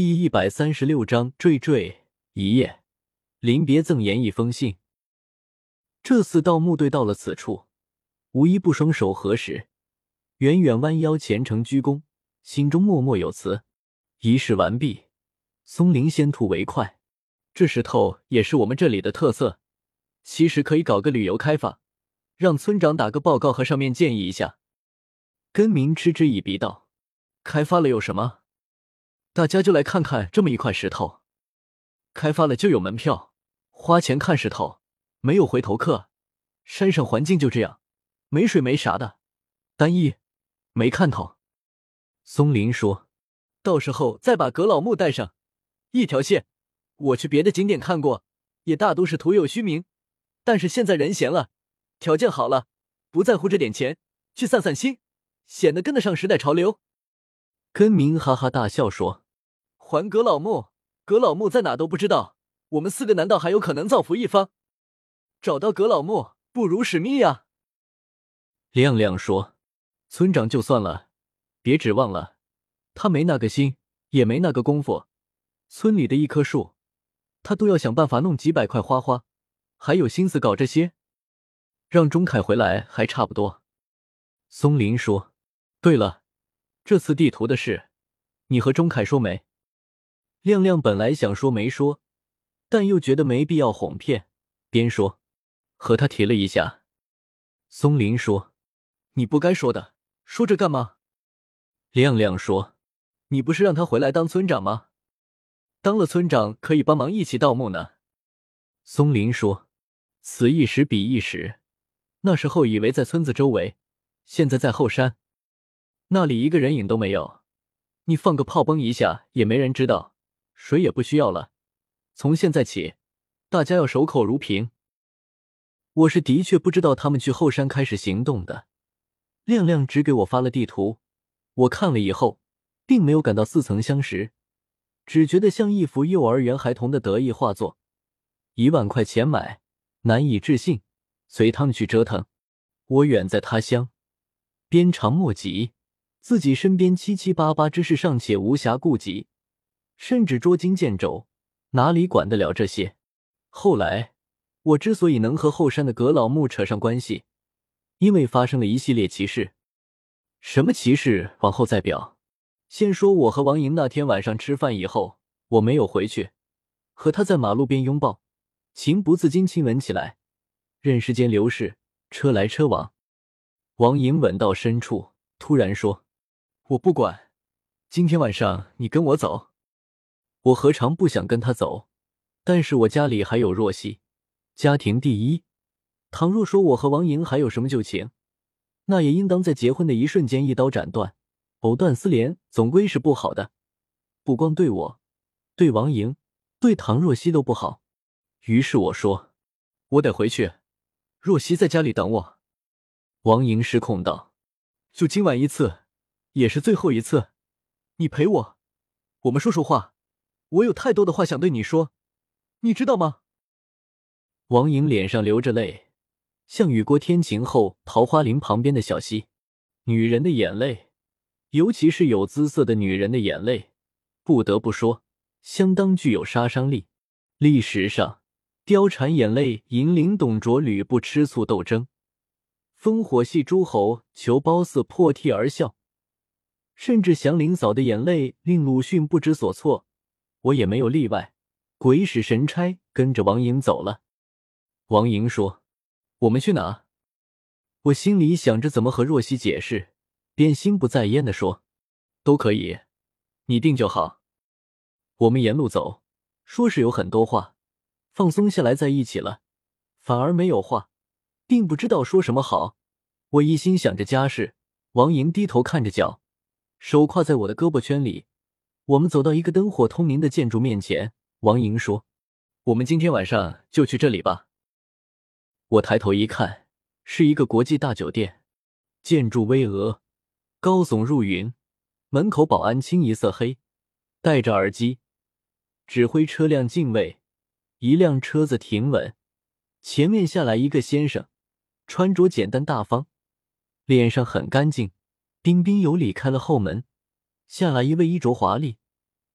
第136章坠坠一夜，临别赠言一封信。这次盗墓队到了此处，无一不双手合十，远远弯腰虔诚鞠躬，心中默默有词。仪式完毕，松林先吐为快。这石头也是我们这里的特色，其实可以搞个旅游开发，让村长打个报告和上面建议一下。根明嗤之以鼻道：开发了有什么？大家就来看看这么一块石头，开发了就有门票，花钱看石头，没有回头客。山上环境就这样，没水没啥的，单一，没看头。松林说：到时候再把葛老木带上，一条线。我去别的景点看过，也大都是徒有虚名，但是现在人闲了，条件好了，不在乎这点钱，去散散心，显得跟得上时代潮流。根明哈哈大笑说：还葛老木？葛老木在哪都不知道，我们4个难道还有可能造福一方？找到葛老木不辱使命呀。亮亮说：村长就算了，别指望了，他没那个心，也没那个功夫，村里的一棵树他都要想办法弄几百块花花，还有心思搞这些？让钟凯回来还差不多。松林说：对了，这次地图的事你和钟凯说没？亮亮本来想说没说，但又觉得没必要哄骗，边说：和他提了一下。松林说：你不该说的，说这干嘛？亮亮说：你不是让他回来当村长吗？当了村长可以帮忙一起盗墓呢。松林说：此一时彼一时，那时候以为在村子周围，现在在后山，那里一个人影都没有，你放个炮崩一下也没人知道，谁也不需要了。从现在起，大家要守口如瓶。我是的确不知道他们去后山开始行动的，亮亮只给我发了地图，我看了以后并没有感到似曾相识，只觉得像一幅幼儿园孩童的得意画作。1万块钱买，难以置信，随他们去折腾。我远在他乡，鞭长莫及，自己身边七七八八之事尚且无暇顾及，甚至捉襟见肘，哪里管得了这些？后来我之所以能和后山的葛老木扯上关系，因为发生了一系列奇事。什么奇事往后再表。先说我和王莹那天晚上吃饭以后，我没有回去，和他在马路边拥抱，情不自禁亲吻起来。任时间流逝，车来车往，王莹吻到深处，突然说：我不管，今天晚上你跟我走。我何尝不想跟他走，但是我家里还有若曦，家庭第一。倘若说我和王莹还有什么旧情，那也应当在结婚的一瞬间一刀斩断，藕断丝连总归是不好的，不光对我，对王莹，对唐若曦都不好。于是我说：我得回去，若曦在家里等我。王莹失控道：就今晚一次，也是最后一次，你陪我，我们说说话，我有太多的话想对你说，你知道吗？王莹脸上流着泪，像雨过天晴后桃花林旁边的小溪。女人的眼泪，尤其是有姿色的女人的眼泪，不得不说相当具有杀伤力。历史上貂蝉眼泪引领董卓吕布吃醋斗争，烽火戏诸侯求褒姒破涕而笑，甚至祥林嫂的眼泪令鲁迅不知所措，我也没有例外，鬼使神差跟着王莹走了。王莹说：我们去哪？我心里想着怎么和若曦解释，便心不在焉地说：都可以，你定就好。我们沿路走，说是有很多话，放松下来在一起了，反而没有话，并不知道说什么好。我一心想着家事，王莹低头看着脚，手挎在我的胳膊圈里。我们走到一个灯火通明的建筑面前，王莹说：我们今天晚上就去这里吧。我抬头一看，是一个国际大酒店，建筑巍峨，高耸入云，门口保安清一色黑，戴着耳机，指挥车辆进位。一辆车子停稳，前面下来一个先生，穿着简单大方，脸上很干净，彬彬有礼开了后门，下来一位衣着华丽，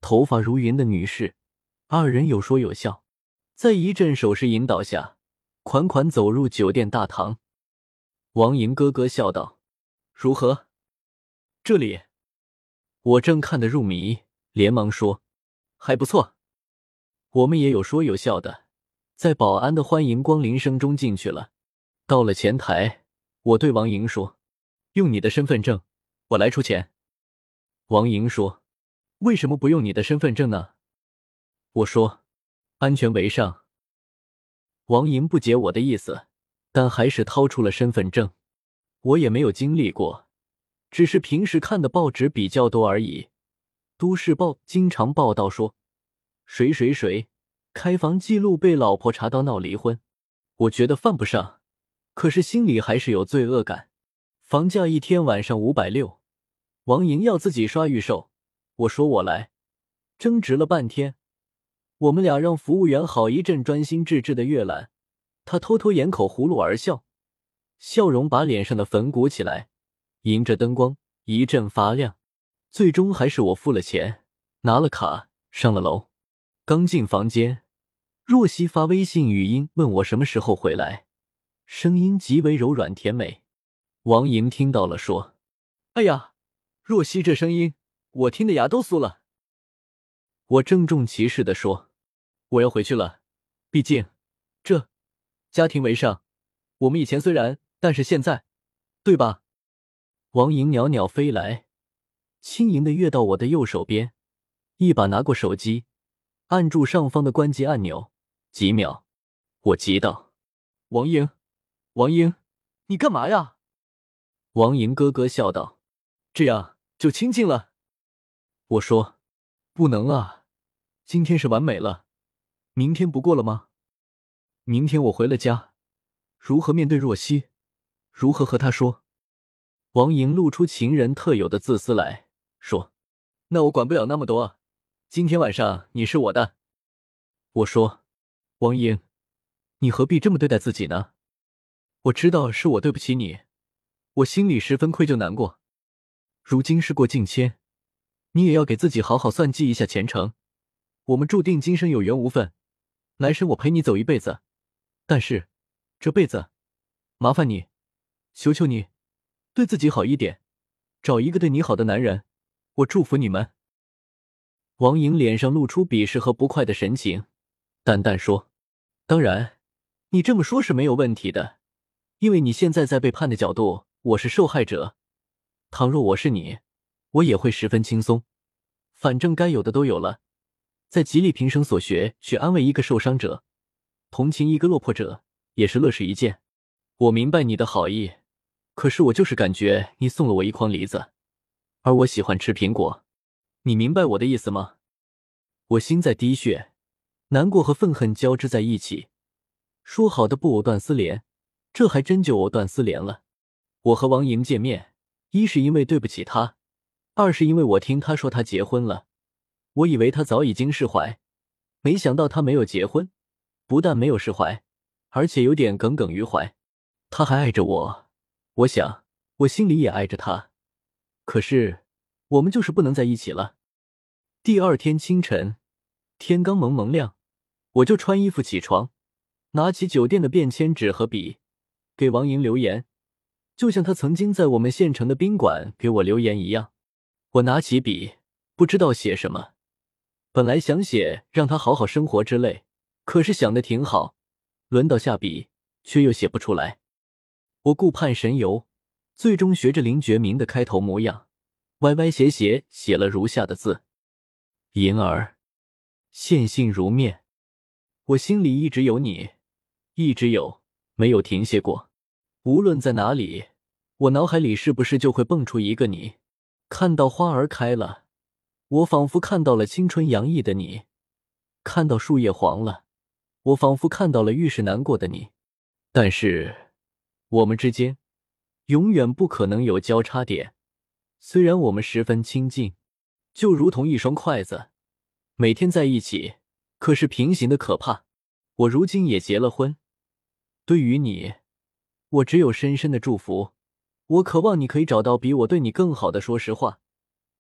头发如云的女士。二人有说有笑，在一阵手势引导下，款款走入酒店大堂。王莹咯咯笑道：“如何？这里？”我正看得入迷，连忙说：“还不错。”我们也有说有笑的，在保安的欢迎光临声中进去了。到了前台，我对王莹说：“用你的身份证，我来出钱。”王莹说：“为什么不用你的身份证呢？”我说：“安全为上。”王莹不解我的意思，但还是掏出了身份证。我也没有经历过，只是平时看的报纸比较多而已。都市报经常报道说谁谁谁开房记录被老婆查到闹离婚。我觉得犯不上，可是心里还是有罪恶感。房价一天晚上560，王莹要自己刷预售，我说我来，争执了半天。我们俩让服务员好一阵专心致志的阅览，他偷偷掩口葫芦而笑，笑容把脸上的粉鼓起来，迎着灯光一阵发亮。最终还是我付了钱，拿了卡，上了楼。刚进房间，若曦发微信语音问我什么时候回来，声音极为柔软甜美。王莹听到了说：“哎呀，若曦这声音，我听得牙都酥了。”我郑重其事地说：“我要回去了，毕竟这家庭为上，我们以前虽然，但是现在，对吧？”王莹袅袅飞来，轻盈地跃到我的右手边，一把拿过手机，按住上方的关机按钮。几秒，我急道：“王莹，王莹，你干嘛呀？”王莹咯咯笑道：“这样就亲近了。”我说：“不能啊，今天是完美了，明天不过了吗？明天我回了家，如何面对若曦？如何和她说？”王莹露出情人特有的自私来说：“那我管不了那么多，今天晚上你是我的。”我说：“王莹，你何必这么对待自己呢？我知道是我对不起你，我心里十分愧疚难过。如今事过境迁，你也要给自己好好算计一下前程。我们注定今生有缘无分，来生我陪你走一辈子，但是这辈子麻烦你，求求你对自己好一点，找一个对你好的男人，我祝福你们。”王莹脸上露出鄙视和不快的神情，淡淡说：“当然，你这么说是没有问题的，因为你现在在背叛的角度，我是受害者。倘若我是你，我也会十分轻松，反正该有的都有了，在极力平生所学去安慰一个受伤者，同情一个落魄者，也是乐事一件。我明白你的好意，可是我就是感觉你送了我一筐梨子，而我喜欢吃苹果，你明白我的意思吗？”我心在滴血，难过和愤恨交织在一起。说好的不藕断丝连，这还真就藕断丝连了。我和王莹见面，一是因为对不起她，二是因为我听她说她结婚了。我以为她早已经释怀，没想到她没有结婚，不但没有释怀，而且有点耿耿于怀。她还爱着我，我想我心里也爱着她，可是我们就是不能在一起了。第二天清晨，天刚蒙蒙亮，我就穿衣服起床，拿起酒店的便签纸和笔，给王莹留言，就像她曾经在我们县城的宾馆给我留言一样。我拿起笔，不知道写什么，本来想写让她好好生活之类，可是想得挺好，轮到下笔，却又写不出来。我顾盼神游，最终学着林觉民的开头模样，歪歪斜斜写了如下的字：银儿，线性如面。我心里一直有你，一直有，没有停歇过。无论在哪里，我脑海里是不是就会蹦出一个你。看到花儿开了，我仿佛看到了青春洋溢的你；看到树叶黄了，我仿佛看到了遇事难过的你。但是我们之间永远不可能有交叉点，虽然我们十分亲近，就如同一双筷子，每天在一起，可是平行的可怕。我如今也结了婚，对于你，我只有深深的祝福。我渴望你可以找到比我对你更好的。说实话，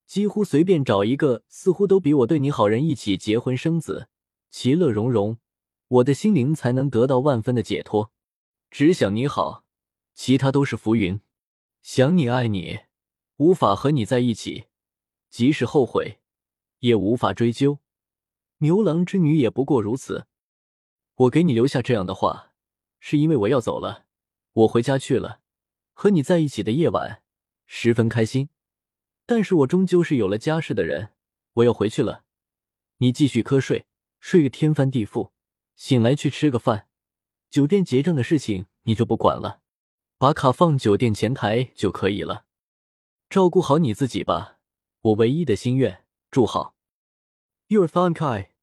几乎随便找一个，似乎都比我对你好人一起结婚生子，其乐融融，我的心灵才能得到万分的解脱。只想你好，其他都是浮云。想你爱你，无法和你在一起，即使后悔，也无法追究。牛郎织女也不过如此。我给你留下这样的话，是因为我要走了，我回家去了。和你在一起的夜晚，十分开心。但是我终究是有了家室的人，我要回去了。你继续瞌睡，睡个天翻地覆，醒来去吃个饭，酒店结账的事情你就不管了，把卡放酒店前台就可以了。照顾好你自己吧，我唯一的心愿，祝好。Your Thon Kai